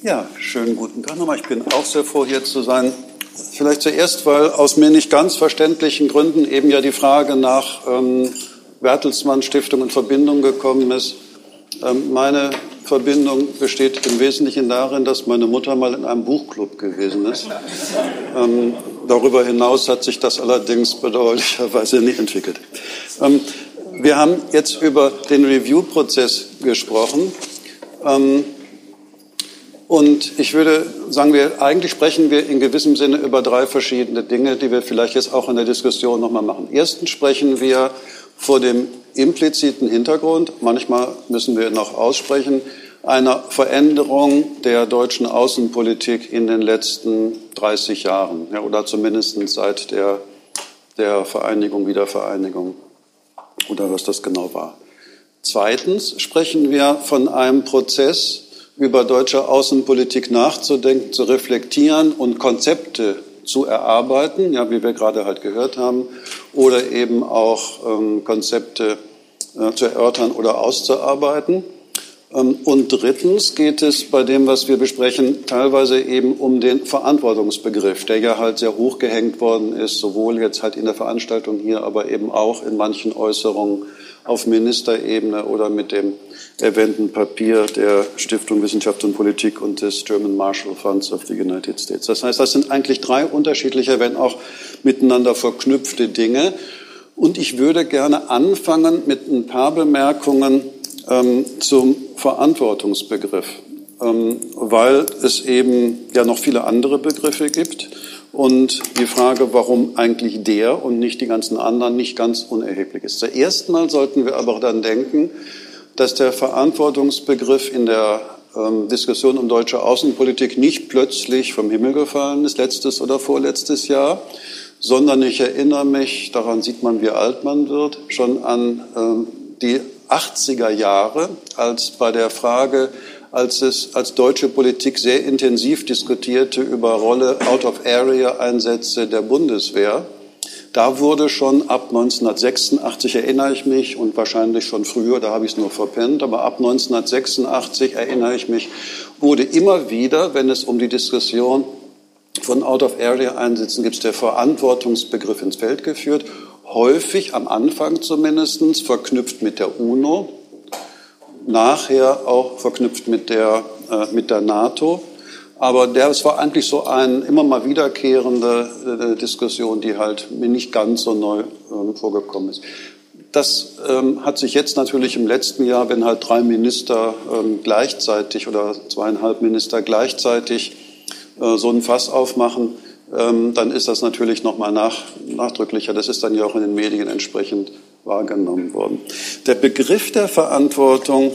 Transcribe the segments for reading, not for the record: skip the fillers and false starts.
Ja, schönen guten Tag nochmal. Ich bin auch sehr froh, hier zu sein. Vielleicht zuerst, weil aus mir nicht ganz verständlichen Gründen eben ja die Frage nach Bertelsmann Stiftung in Verbindung gekommen ist. Meine Verbindung besteht im Wesentlichen darin, dass meine Mutter mal in einem Buchclub gewesen ist. Darüber hinaus hat sich das allerdings bedauerlicherweise nicht entwickelt. Wir haben jetzt über den Review-Prozess gesprochen. Und ich würde sagen, eigentlich sprechen wir in gewissem Sinne über drei verschiedene Dinge, die wir vielleicht jetzt auch in der Diskussion nochmal machen. Erstens sprechen wir vor dem impliziten Hintergrund, manchmal müssen wir noch aussprechen, einer Veränderung der deutschen Außenpolitik in den letzten 30 Jahren, ja, oder zumindest seit der Vereinigung, Wiedervereinigung oder was das genau war. Zweitens sprechen wir von einem Prozess, über deutsche Außenpolitik nachzudenken, zu reflektieren und Konzepte zu erarbeiten, ja, wie wir gerade halt gehört haben, oder eben auch Konzepte zu erörtern oder auszuarbeiten. Und drittens geht es bei dem, was wir besprechen, teilweise eben um den Verantwortungsbegriff, der ja halt sehr hoch gehängt worden ist, sowohl jetzt halt in der Veranstaltung hier, aber eben auch in manchen Äußerungen auf Ministerebene oder mit dem erwähnten Papier der Stiftung Wissenschaft und Politik und des German Marshall Funds of the United States. Das heißt, das sind eigentlich drei unterschiedliche, wenn auch miteinander verknüpfte Dinge. Und ich würde gerne anfangen mit ein paar Bemerkungen zum Verantwortungsbegriff, weil es eben ja noch viele andere Begriffe gibt. Und die Frage, warum eigentlich der und nicht die ganzen anderen, nicht ganz unerheblich ist. Zuerst mal sollten wir aber dann denken, dass der Verantwortungsbegriff in der Diskussion um deutsche Außenpolitik nicht plötzlich vom Himmel gefallen ist, letztes oder vorletztes Jahr, sondern ich erinnere mich, daran sieht man, wie alt man wird, schon an die 80er Jahre, als bei der Frage, als es als deutsche Politik sehr intensiv diskutierte über Rolle Out-of-Area-Einsätze der Bundeswehr. Da wurde schon ab 1986, erinnere ich mich, und wahrscheinlich schon früher, da habe ich es nur verpennt, aber ab 1986, erinnere ich mich, wurde immer wieder, wenn es um die Diskussion von Out-of-Area-Einsätzen gibt, der Verantwortungsbegriff ins Feld geführt, häufig am Anfang zumindest verknüpft mit der UNO, nachher auch verknüpft mit der NATO. Aber es war eigentlich so eine immer mal wiederkehrende Diskussion, die halt mir nicht ganz so neu vorgekommen ist. Das hat sich jetzt natürlich im letzten Jahr, wenn halt 3 Minister gleichzeitig oder 2,5 Minister gleichzeitig so ein Fass aufmachen, dann ist das natürlich nochmal nachdrücklicher. Das ist dann ja auch in den Medien entsprechend wahrgenommen worden. Der Begriff der Verantwortung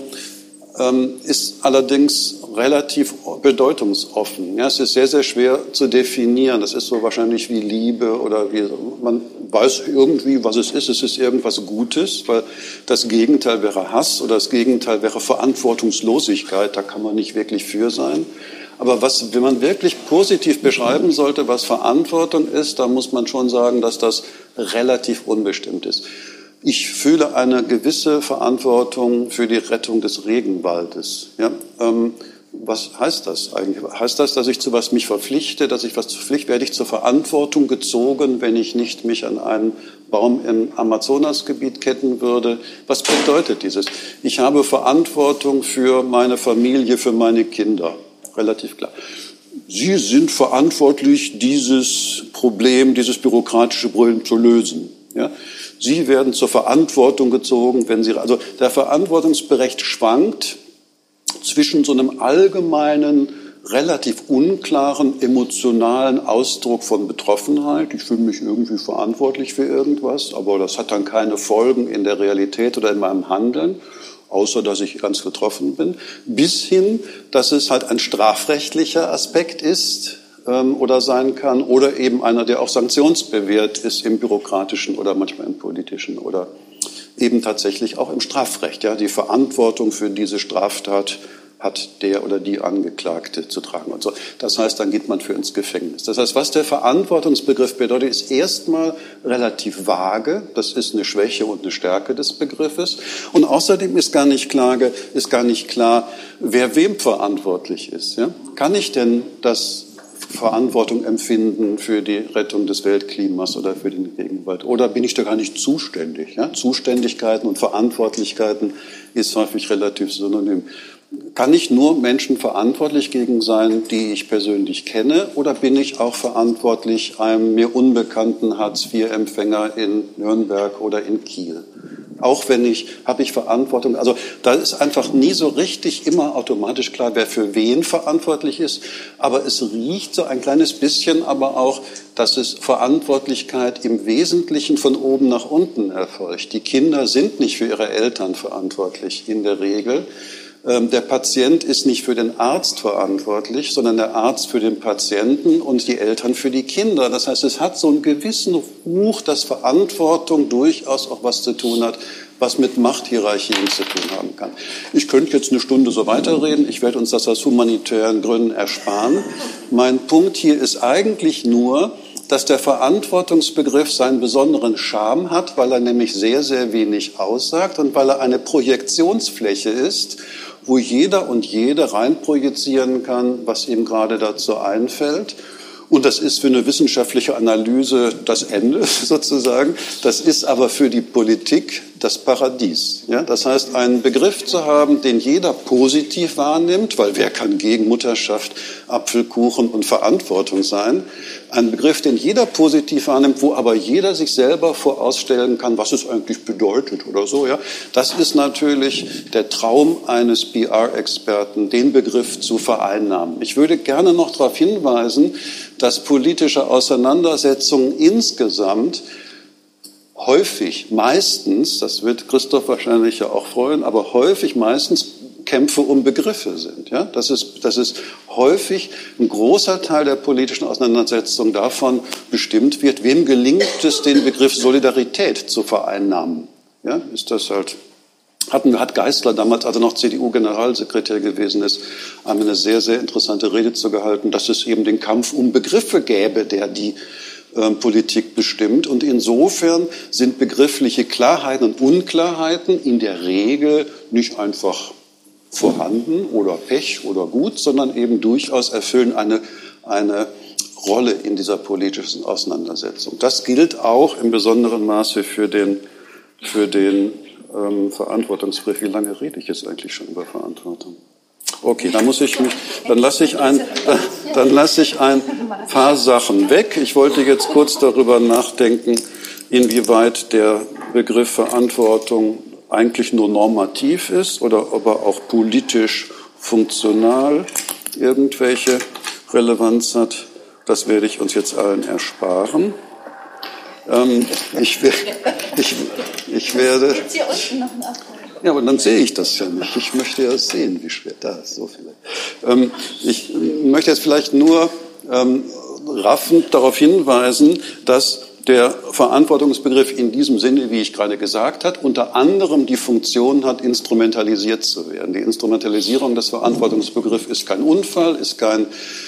ist allerdings relativ bedeutungsoffen. Ja, es ist sehr, sehr schwer zu definieren. Das ist so wahrscheinlich wie Liebe oder man weiß irgendwie, was es ist. Es ist irgendwas Gutes, weil das Gegenteil wäre Hass oder das Gegenteil wäre Verantwortungslosigkeit. Da kann man nicht wirklich für sein. Aber wenn man wirklich positiv beschreiben sollte, was Verantwortung ist, dann muss man schon sagen, dass das relativ unbestimmt ist. Ich fühle eine gewisse Verantwortung für die Rettung des Regenwaldes. Ja, was heißt das eigentlich? Heißt das, dass ich zu was mich verpflichte, werde ich zur Verantwortung gezogen, wenn ich nicht mich an einen Baum im Amazonasgebiet ketten würde? Was bedeutet dieses? Ich habe Verantwortung für meine Familie, für meine Kinder. Relativ klar. Sie sind verantwortlich, dieses Problem, dieses bürokratische Problem zu lösen. Ja? Sie werden zur Verantwortung gezogen, also der Verantwortungsbereich schwankt zwischen so einem allgemeinen, relativ unklaren, emotionalen Ausdruck von Betroffenheit. Ich fühle mich irgendwie verantwortlich für irgendwas, aber das hat dann keine Folgen in der Realität oder in meinem Handeln, außer dass ich ganz betroffen bin, bis hin, dass es halt ein strafrechtlicher Aspekt ist, oder sein kann, oder eben einer, der auch sanktionsbewehrt ist im bürokratischen oder manchmal im politischen oder eben tatsächlich auch im Strafrecht. Ja, die Verantwortung für diese Straftat hat der oder die Angeklagte zu tragen und so. Das heißt, dann geht man für ins Gefängnis. Das heißt, was der Verantwortungsbegriff bedeutet, ist erstmal relativ vage. Das ist eine Schwäche und eine Stärke des Begriffes. Und außerdem ist gar nicht klar, wer wem verantwortlich ist. Ja? Kann ich denn das Verantwortung empfinden für die Rettung des Weltklimas oder für den Regenwald? Oder bin ich da gar nicht zuständig? Ja? Zuständigkeiten und Verantwortlichkeiten ist häufig relativ synonym. Kann ich nur Menschen verantwortlich gegen sein, die ich persönlich kenne? Oder bin ich auch verantwortlich einem mir unbekannten Hartz-IV-Empfänger in Nürnberg oder in Kiel? Auch habe ich Verantwortung. Also da ist einfach nie so richtig immer automatisch klar, wer für wen verantwortlich ist. Aber es riecht so ein kleines bisschen aber auch, dass es Verantwortlichkeit im Wesentlichen von oben nach unten erfolgt. Die Kinder sind nicht für ihre Eltern verantwortlich in der Regel. Der Patient ist nicht für den Arzt verantwortlich, sondern der Arzt für den Patienten und die Eltern für die Kinder. Das heißt, es hat so einen gewissen Ruch, dass Verantwortung durchaus auch was zu tun hat, was mit Machthierarchien zu tun haben kann. Ich könnte jetzt eine Stunde so weiterreden. Ich werde uns das aus humanitären Gründen ersparen. Mein Punkt hier ist eigentlich nur, dass der Verantwortungsbegriff seinen besonderen Charme hat, weil er nämlich sehr, sehr wenig aussagt und weil er eine Projektionsfläche ist, wo jeder und jede reinprojizieren kann, was ihm gerade dazu einfällt. Und das ist für eine wissenschaftliche Analyse das Ende sozusagen. Das ist aber für die Politik das Paradies. Ja? Das heißt, einen Begriff zu haben, den jeder positiv wahrnimmt, weil wer kann gegen Mutterschaft, Apfelkuchen und Verantwortung sein? Ein Begriff, den jeder positiv wahrnimmt, wo aber jeder sich selber vorausstellen kann, was es eigentlich bedeutet oder so. Ja? Das ist natürlich der Traum eines PR-Experten, den Begriff zu vereinnahmen. Ich würde gerne noch darauf hinweisen, dass politische Auseinandersetzungen insgesamt häufig, meistens, das wird Christoph wahrscheinlich ja auch freuen, aber häufig meistens Kämpfe um Begriffe sind. Ja? Das ist häufig ein großer Teil der politischen Auseinandersetzung davon bestimmt wird, wem gelingt es, den Begriff Solidarität zu vereinnahmen. Ja? Ist das halt... Hat Geisler damals, als er noch CDU-Generalsekretär gewesen ist, eine sehr, sehr interessante Rede zu gehalten, dass es eben den Kampf um Begriffe gäbe, der die Politik bestimmt. Und insofern sind begriffliche Klarheiten und Unklarheiten in der Regel nicht einfach vorhanden oder Pech oder gut, sondern eben durchaus erfüllen eine Rolle in dieser politischen Auseinandersetzung. Das gilt auch im besonderen Maße für den Verantwortungsbegriff. Wie lange rede ich jetzt eigentlich schon über Verantwortung? Okay, dann lasse ich ein paar Sachen weg. Ich wollte jetzt kurz darüber nachdenken, inwieweit der Begriff Verantwortung eigentlich nur normativ ist oder ob er auch politisch funktional irgendwelche Relevanz hat. Das werde ich uns jetzt allen ersparen. Ich werde. Jetzt hier unten noch ein Abfall. Ja, aber dann sehe ich das ja nicht. Ich möchte ja sehen, wie schwer da ist. So viel. Ich möchte jetzt vielleicht nur raffend darauf hinweisen, dass der Verantwortungsbegriff in diesem Sinne, wie ich gerade gesagt habe, unter anderem die Funktion hat, instrumentalisiert zu werden. Die Instrumentalisierung des Verantwortungsbegriffs ist kein Unfall, ist kein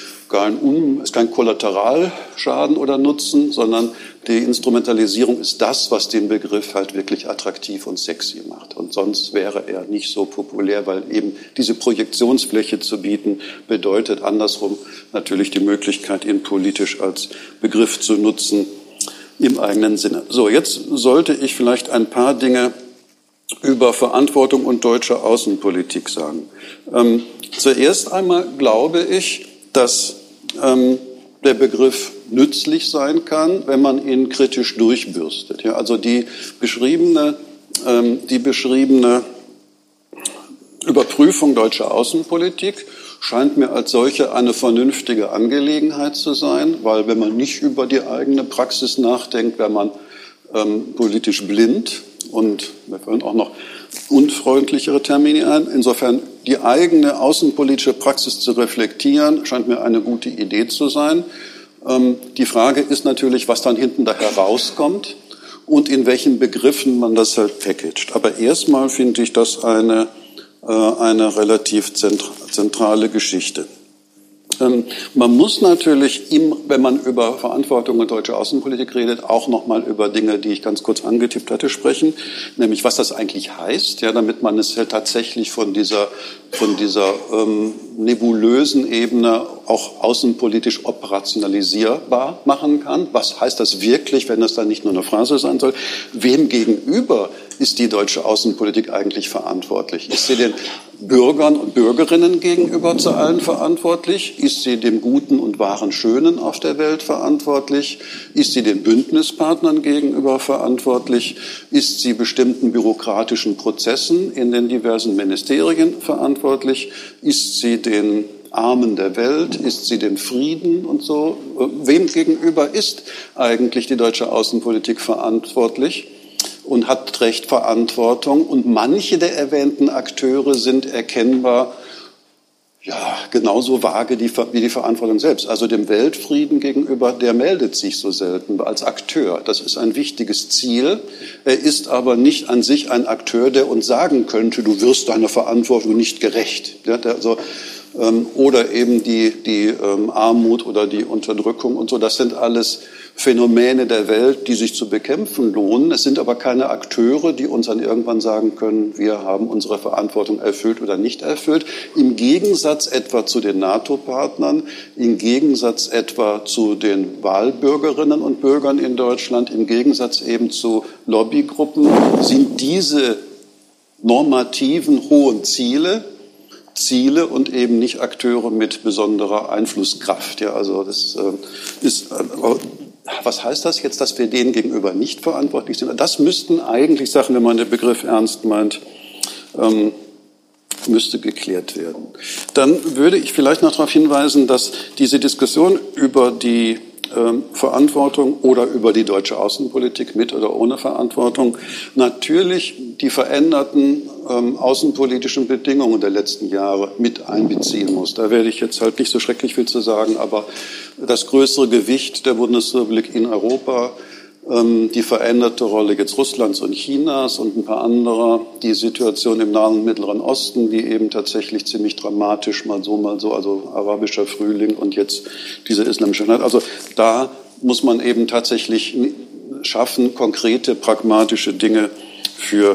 Kollateralschaden oder Nutzen, sondern die Instrumentalisierung ist das, was den Begriff halt wirklich attraktiv und sexy macht. Und sonst wäre er nicht so populär, weil eben diese Projektionsfläche zu bieten, bedeutet andersrum natürlich die Möglichkeit, ihn politisch als Begriff zu nutzen im eigenen Sinne. So, jetzt sollte ich vielleicht ein paar Dinge über Verantwortung und deutsche Außenpolitik sagen. Zuerst einmal glaube ich, dass der Begriff nützlich sein kann, wenn man ihn kritisch durchbürstet. Ja, also die beschriebene Überprüfung deutscher Außenpolitik scheint mir als solche eine vernünftige Angelegenheit zu sein, weil wenn man nicht über die eigene Praxis nachdenkt, wäre man politisch blind und wir fallen auch noch unfreundlichere Termine ein. Insofern die eigene außenpolitische Praxis zu reflektieren, scheint mir eine gute Idee zu sein. Die Frage ist natürlich, was dann hinten da herauskommt und in welchen Begriffen man das halt packagt. Aber erstmal finde ich das eine relativ zentrale Geschichte. Man muss natürlich, wenn man über Verantwortung und deutsche Außenpolitik redet, auch noch mal über Dinge, die ich ganz kurz angetippt hatte, sprechen, nämlich was das eigentlich heißt, ja, damit man es ja tatsächlich von dieser nebulösen Ebene auch außenpolitisch operationalisierbar machen kann. Was heißt das wirklich, wenn das dann nicht nur eine Phrase sein soll? Wem gegenüber ist die deutsche Außenpolitik eigentlich verantwortlich? Ist sie den Bürgern und Bürgerinnen gegenüber zu allen verantwortlich? Ist sie dem Guten und wahren Schönen auf der Welt verantwortlich? Ist sie den Bündnispartnern gegenüber verantwortlich? Ist sie bestimmten bürokratischen Prozessen in den diversen Ministerien verantwortlich? Ist sie den Armen der Welt? Ist sie dem Frieden und so? Wem gegenüber ist eigentlich die deutsche Außenpolitik verantwortlich? Und trägt Verantwortung. Und manche der erwähnten Akteure sind erkennbar, ja, genauso vage wie die Verantwortung selbst. Also dem Weltfrieden gegenüber, der meldet sich so selten als Akteur. Das ist ein wichtiges Ziel. Er ist aber nicht an sich ein Akteur, der uns sagen könnte, du wirst deiner Verantwortung nicht gerecht. Ja, oder eben die Armut oder die Unterdrückung und so. Das sind alles Phänomene der Welt, die sich zu bekämpfen lohnen. Es sind aber keine Akteure, die uns dann irgendwann sagen können, wir haben unsere Verantwortung erfüllt oder nicht erfüllt. Im Gegensatz etwa zu den NATO-Partnern, im Gegensatz etwa zu den Wahlbürgerinnen und Bürgern in Deutschland, im Gegensatz eben zu Lobbygruppen, sind diese normativen hohen Ziele und eben nicht Akteure mit besonderer Einflusskraft. Ja, also das ist, was heißt das jetzt, dass wir denen gegenüber nicht verantwortlich sind? Das müssten eigentlich Sachen, wenn man den Begriff ernst meint, müsste geklärt werden. Dann würde ich vielleicht noch darauf hinweisen, dass diese Diskussion über die Verantwortung oder über die deutsche Außenpolitik mit oder ohne Verantwortung natürlich die veränderten außenpolitischen Bedingungen der letzten Jahre mit einbeziehen muss. Da werde ich jetzt halt nicht so schrecklich viel zu sagen, aber das größere Gewicht der Bundesrepublik in Europa, die veränderte Rolle jetzt Russlands und Chinas und ein paar anderer, die Situation im Nahen und Mittleren Osten, die eben tatsächlich ziemlich dramatisch mal so, also arabischer Frühling und jetzt dieser islamische Staat. Also da muss man eben tatsächlich schaffen, konkrete, pragmatische Dinge für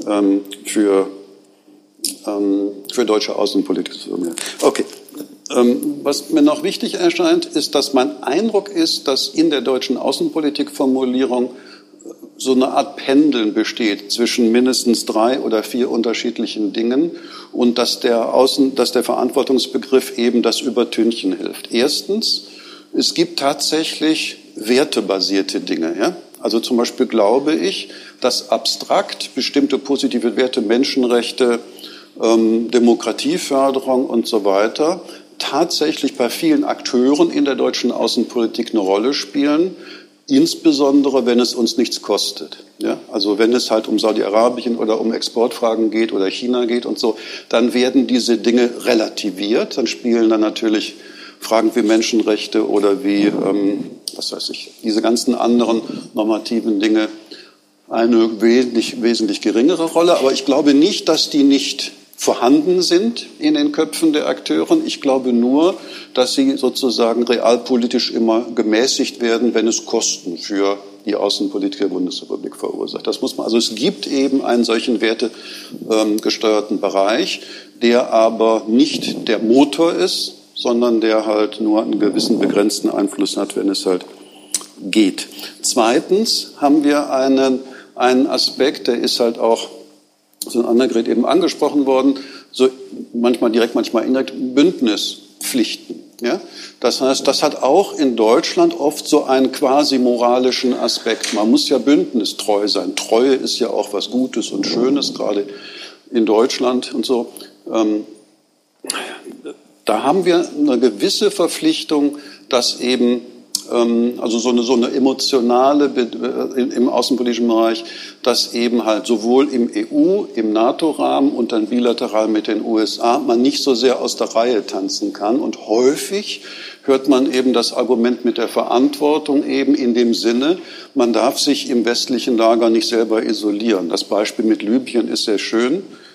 deutsche Außenpolitik zu tun. Okay. Was mir noch wichtig erscheint, ist, dass mein Eindruck ist, dass in der deutschen Außenpolitikformulierung so eine Art Pendeln besteht zwischen mindestens 3 oder 4 unterschiedlichen Dingen und dass der Verantwortungsbegriff eben das Übertünchen hilft. Erstens, es gibt tatsächlich wertebasierte Dinge. Ja? Also zum Beispiel glaube ich, dass abstrakt bestimmte positive Werte, Menschenrechte, Demokratieförderung und so weiter tatsächlich bei vielen Akteuren in der deutschen Außenpolitik eine Rolle spielen, insbesondere wenn es uns nichts kostet. Ja? Also wenn es halt um Saudi-Arabien oder um Exportfragen geht oder China geht und so, dann werden diese Dinge relativiert, dann spielen dann natürlich Fragen wie Menschenrechte oder wie, diese ganzen anderen normativen Dinge eine wesentlich geringere Rolle. Aber ich glaube nicht, dass die nicht vorhanden sind in den Köpfen der Akteure. Ich glaube nur, dass sie sozusagen realpolitisch immer gemäßigt werden, wenn es Kosten für die Außenpolitik der Bundesrepublik verursacht. Das muss man, also es gibt eben einen solchen wertegesteuerten Bereich, der aber nicht der Motor ist, sondern der halt nur einen gewissen begrenzten Einfluss hat, wenn es halt geht. Zweitens haben wir einen Aspekt, der ist halt auch so ein Annegret eben angesprochen worden, so manchmal direkt, manchmal indirekt, Bündnispflichten. Ja? Das heißt, das hat auch in Deutschland oft so einen quasi moralischen Aspekt. Man muss ja bündnistreu sein. Treue ist ja auch was Gutes und Schönes, gerade in Deutschland und so. Da haben wir eine gewisse Verpflichtung, dass eben also so eine emotionale im außenpolitischen Bereich, dass eben halt sowohl im im NATO-Rahmen und dann bilateral mit den USA man nicht so sehr aus der Reihe tanzen kann. Und häufig hört man eben das Argument mit der Verantwortung eben in dem Sinne, man darf sich im westlichen Lager nicht selber isolieren. Das Beispiel mit Libyen ist sehr schön.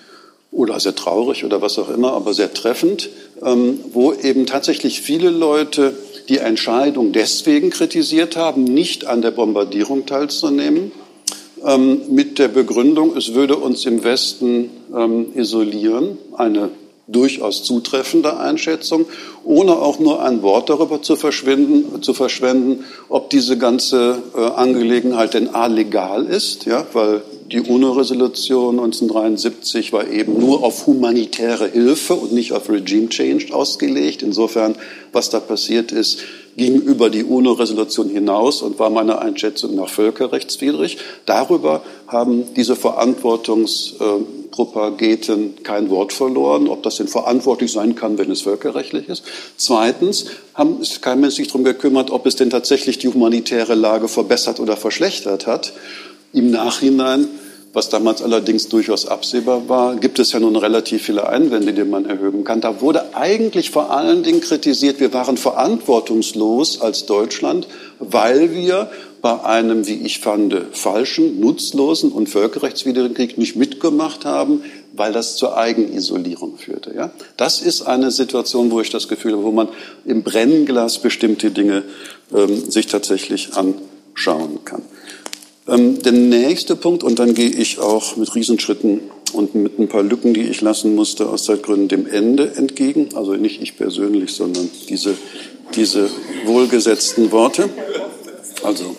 oder sehr traurig oder was auch immer, aber sehr treffend, wo eben tatsächlich viele Leute die Entscheidung deswegen kritisiert haben, nicht an der Bombardierung teilzunehmen, mit der Begründung, es würde uns im Westen isolieren, eine durchaus zutreffende Einschätzung, ohne auch nur ein Wort darüber zu verschwenden, ob diese ganze Angelegenheit denn legal ist, ja, weil die UNO-Resolution 1973 war eben nur auf humanitäre Hilfe und nicht auf Regime Change ausgelegt. Insofern, was da passiert ist, ging über die UNO-Resolution hinaus und war meiner Einschätzung nach völkerrechtswidrig. Darüber haben diese Verantwortungspropageten kein Wort verloren, ob das denn verantwortlich sein kann, wenn es völkerrechtlich ist. Zweitens ist kein Mensch sich darum gekümmert, ob es denn tatsächlich die humanitäre Lage verbessert oder verschlechtert hat. Im Nachhinein, was damals allerdings durchaus absehbar war, gibt es ja nun relativ viele Einwände, die man erheben kann. Da wurde eigentlich vor allen Dingen kritisiert, wir waren verantwortungslos als Deutschland, weil wir bei einem, wie ich fand, falschen, nutzlosen und völkerrechtswidrigen Krieg nicht mitgemacht haben, weil das zur Eigenisolierung führte. Ja? Das ist eine Situation, wo ich das Gefühl habe, wo man im Brennglas bestimmte Dinge sich tatsächlich anschauen kann. Der nächste Punkt, und dann gehe ich auch mit Riesenschritten und mit ein paar Lücken, die ich lassen musste, aus Zeitgründen dem Ende entgegen. Also nicht ich persönlich, sondern diese wohlgesetzten Worte. Also,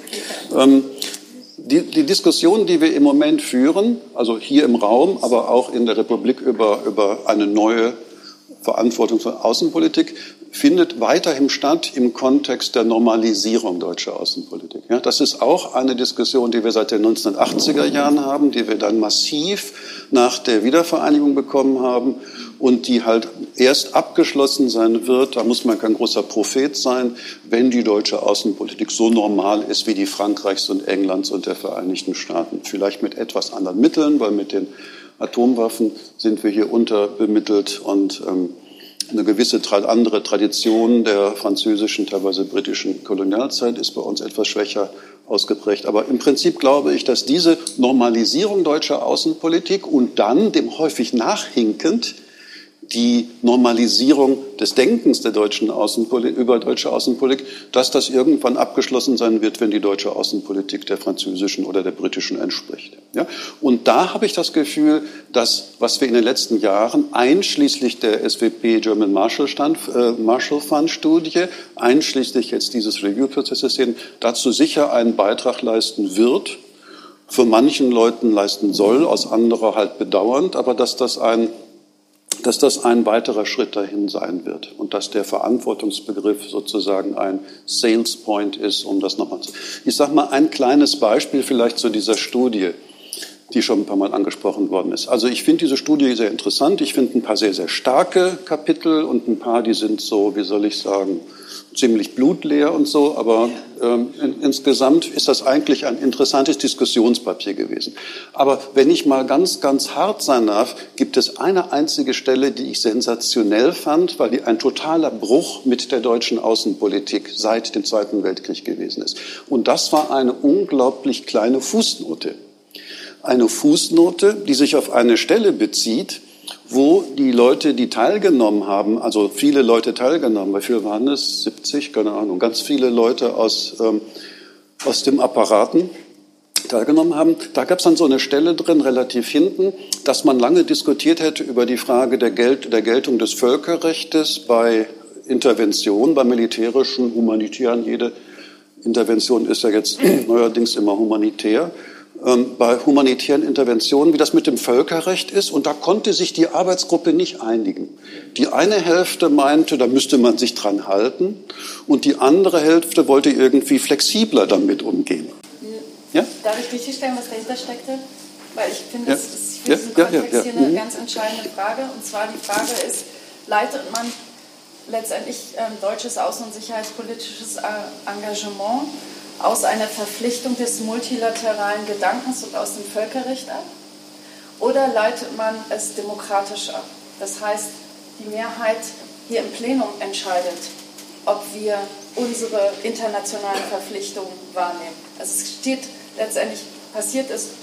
die Diskussion, die wir im Moment führen, also hier im Raum, aber auch in der Republik über eine neue Verantwortung für Außenpolitik, findet weiterhin statt im Kontext der Normalisierung deutscher Außenpolitik. Ja, das ist auch eine Diskussion, die wir seit den 1980er Jahren haben, die wir dann massiv nach der Wiedervereinigung bekommen haben und die halt erst abgeschlossen sein wird, da muss man kein großer Prophet sein, wenn die deutsche Außenpolitik so normal ist wie die Frankreichs und Englands und der Vereinigten Staaten. Vielleicht mit etwas anderen Mitteln, weil mit den Atomwaffen sind wir hier unterbemittelt und eine gewisse andere Tradition der französischen, teilweise britischen Kolonialzeit ist bei uns etwas schwächer ausgeprägt. Aber im Prinzip glaube ich, dass diese Normalisierung deutscher Außenpolitik und dann dem häufig nachhinkend die Normalisierung des Denkens der deutschen Außenpolitik, über deutsche Außenpolitik, dass das irgendwann abgeschlossen sein wird, wenn die deutsche Außenpolitik der französischen oder der britischen entspricht. Ja? Und da habe ich das Gefühl, dass, was wir in den letzten Jahren, einschließlich der SWP German Marshall Fund Studie, einschließlich jetzt dieses Review-Prozesses hin, dazu sicher einen Beitrag leisten wird, für manchen Leuten leisten soll, aus anderer halt bedauernd, aber dass das ein weiterer Schritt dahin sein wird und dass der Verantwortungsbegriff sozusagen ein Sales Point ist, um das nochmal zu... Ich sage mal ein kleines Beispiel vielleicht zu dieser Studie, die schon ein paar Mal angesprochen worden ist. Also ich finde diese Studie sehr interessant. Ich finde ein paar sehr, sehr starke Kapitel und ein paar, die sind so, wie soll ich sagen, ziemlich blutleer und so, aber insgesamt ist das eigentlich ein interessantes Diskussionspapier gewesen. Aber wenn ich mal ganz, ganz hart sein darf, gibt es eine einzige Stelle, die ich sensationell fand, weil die ein totaler Bruch mit der deutschen Außenpolitik seit dem Zweiten Weltkrieg gewesen ist. Und das war eine unglaublich kleine Fußnote. Eine Fußnote, die sich auf eine Stelle bezieht, wo die Leute, die teilgenommen haben, also viele Leute teilgenommen, wie viel waren es? 70, keine Ahnung, ganz viele Leute aus dem Apparaten teilgenommen haben. Da gab es dann so eine Stelle drin, relativ hinten, dass man lange diskutiert hätte über die Frage der Geltung des Völkerrechts bei Intervention, bei militärischen, humanitären. Jede Intervention ist ja jetzt neuerdings immer humanitär. Bei humanitären Interventionen, wie das mit dem Völkerrecht ist. Und da konnte sich die Arbeitsgruppe nicht einigen. Die eine Hälfte meinte, da müsste man sich dran halten. Und die andere Hälfte wollte irgendwie flexibler damit umgehen. Ja? Darf ich richtig stellen, was dahinter steckte? Weil ich finde, das ist für diesen Kontext hier eine ganz entscheidende Frage. Und zwar die Frage ist, leitet man letztendlich deutsches außen- und sicherheitspolitisches Engagement aus einer Verpflichtung des multilateralen Gedankens und aus dem Völkerrecht ab? Oder leitet man es demokratisch ab? Das heißt, die Mehrheit hier im Plenum entscheidet, ob wir unsere internationalen Verpflichtungen wahrnehmen. Also es steht letztendlich, passiert ist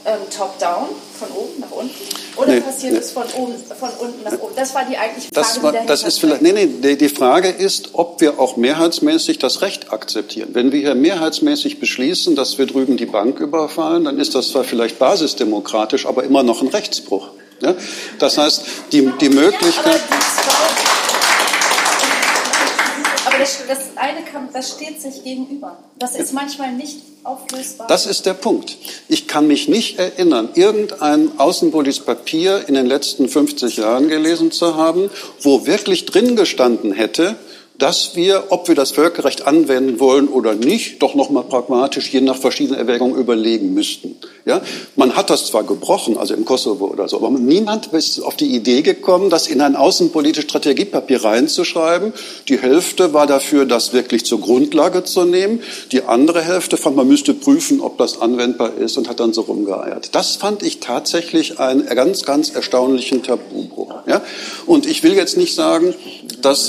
top-down, von oben nach unten? Oder passiert es von unten nach oben? Das war die eigentliche Frage, das ist vielleicht, die Frage ist, ob wir auch mehrheitsmäßig das Recht akzeptieren. Wenn wir hier mehrheitsmäßig beschließen, dass wir drüben die Bank überfallen, dann ist das zwar vielleicht basisdemokratisch, aber immer noch ein Rechtsbruch. Ja? Das heißt, die Möglichkeit... Aber das steht sich gegenüber. Das ist manchmal nicht auflösbar. Das ist der Punkt. Ich kann mich nicht erinnern, irgendein außenpolitisches Papier in den letzten 50 Jahren gelesen zu haben, wo wirklich drin gestanden hätte, dass wir, ob wir das Völkerrecht anwenden wollen oder nicht, doch noch mal pragmatisch je nach verschiedenen Erwägungen überlegen müssten. Ja, man hat das zwar gebrochen, also im Kosovo oder so, aber niemand ist auf die Idee gekommen, das in ein außenpolitisches Strategiepapier reinzuschreiben. Die Hälfte war dafür, das wirklich zur Grundlage zu nehmen. Die andere Hälfte fand, man müsste prüfen, ob das anwendbar ist und hat dann so rumgeeiert. Das fand ich tatsächlich einen ganz, ganz erstaunlichen Tabubruch. Ja, und ich will jetzt nicht sagen, dass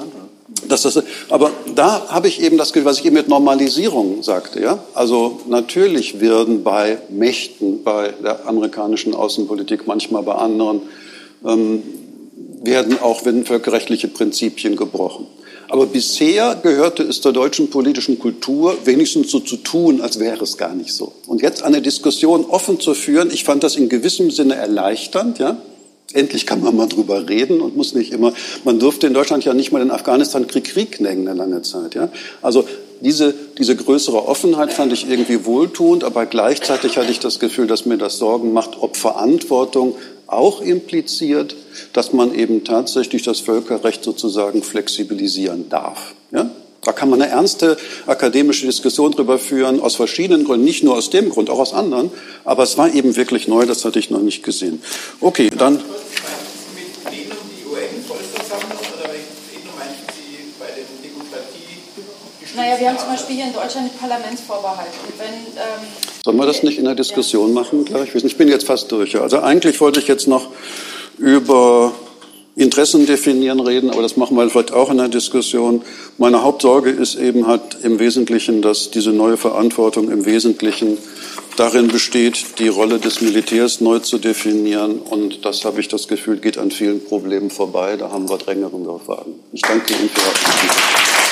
aber da habe ich eben das Gefühl, was ich eben mit Normalisierung sagte. Ja? Also natürlich werden bei Mächten, bei der amerikanischen Außenpolitik, manchmal bei anderen, werden auch völkerrechtliche Prinzipien gebrochen. Aber bisher gehörte es zur deutschen politischen Kultur, wenigstens so zu tun, als wäre es gar nicht so. Und jetzt eine Diskussion offen zu führen, ich fand das in gewissem Sinne erleichternd, ja. Endlich kann man mal drüber reden und muss nicht immer, man durfte in Deutschland ja nicht mal den Afghanistan-Krieg nennen eine lange Zeit, ja. Also diese größere Offenheit fand ich irgendwie wohltuend, aber gleichzeitig hatte ich das Gefühl, dass mir das Sorgen macht, ob Verantwortung auch impliziert, dass man eben tatsächlich das Völkerrecht sozusagen flexibilisieren darf, ja. Da kann man eine ernste akademische Diskussion drüber führen, aus verschiedenen Gründen, nicht nur aus dem Grund, auch aus anderen. Aber es war eben wirklich neu, das hatte ich noch nicht gesehen. Okay, dann... Mit Plenum die UN-Vollversammlung oder welches Plenum meinten Sie bei den Demokratie? Naja, wir haben zum Beispiel hier in Deutschland den Parlamentsvorbehalt. Und wenn, sollen wir das nicht in der Diskussion machen gleich? Ich bin jetzt fast durch. Also eigentlich wollte ich jetzt noch über Interessen definieren reden, aber das machen wir vielleicht auch in der Diskussion. Meine Hauptsorge ist eben halt im Wesentlichen, dass diese neue Verantwortung im Wesentlichen darin besteht, die Rolle des Militärs neu zu definieren. Und das, habe ich das Gefühl, geht an vielen Problemen vorbei. Da haben wir drängeren Fragen. Ich danke Ihnen für Ihre Aufmerksamkeit.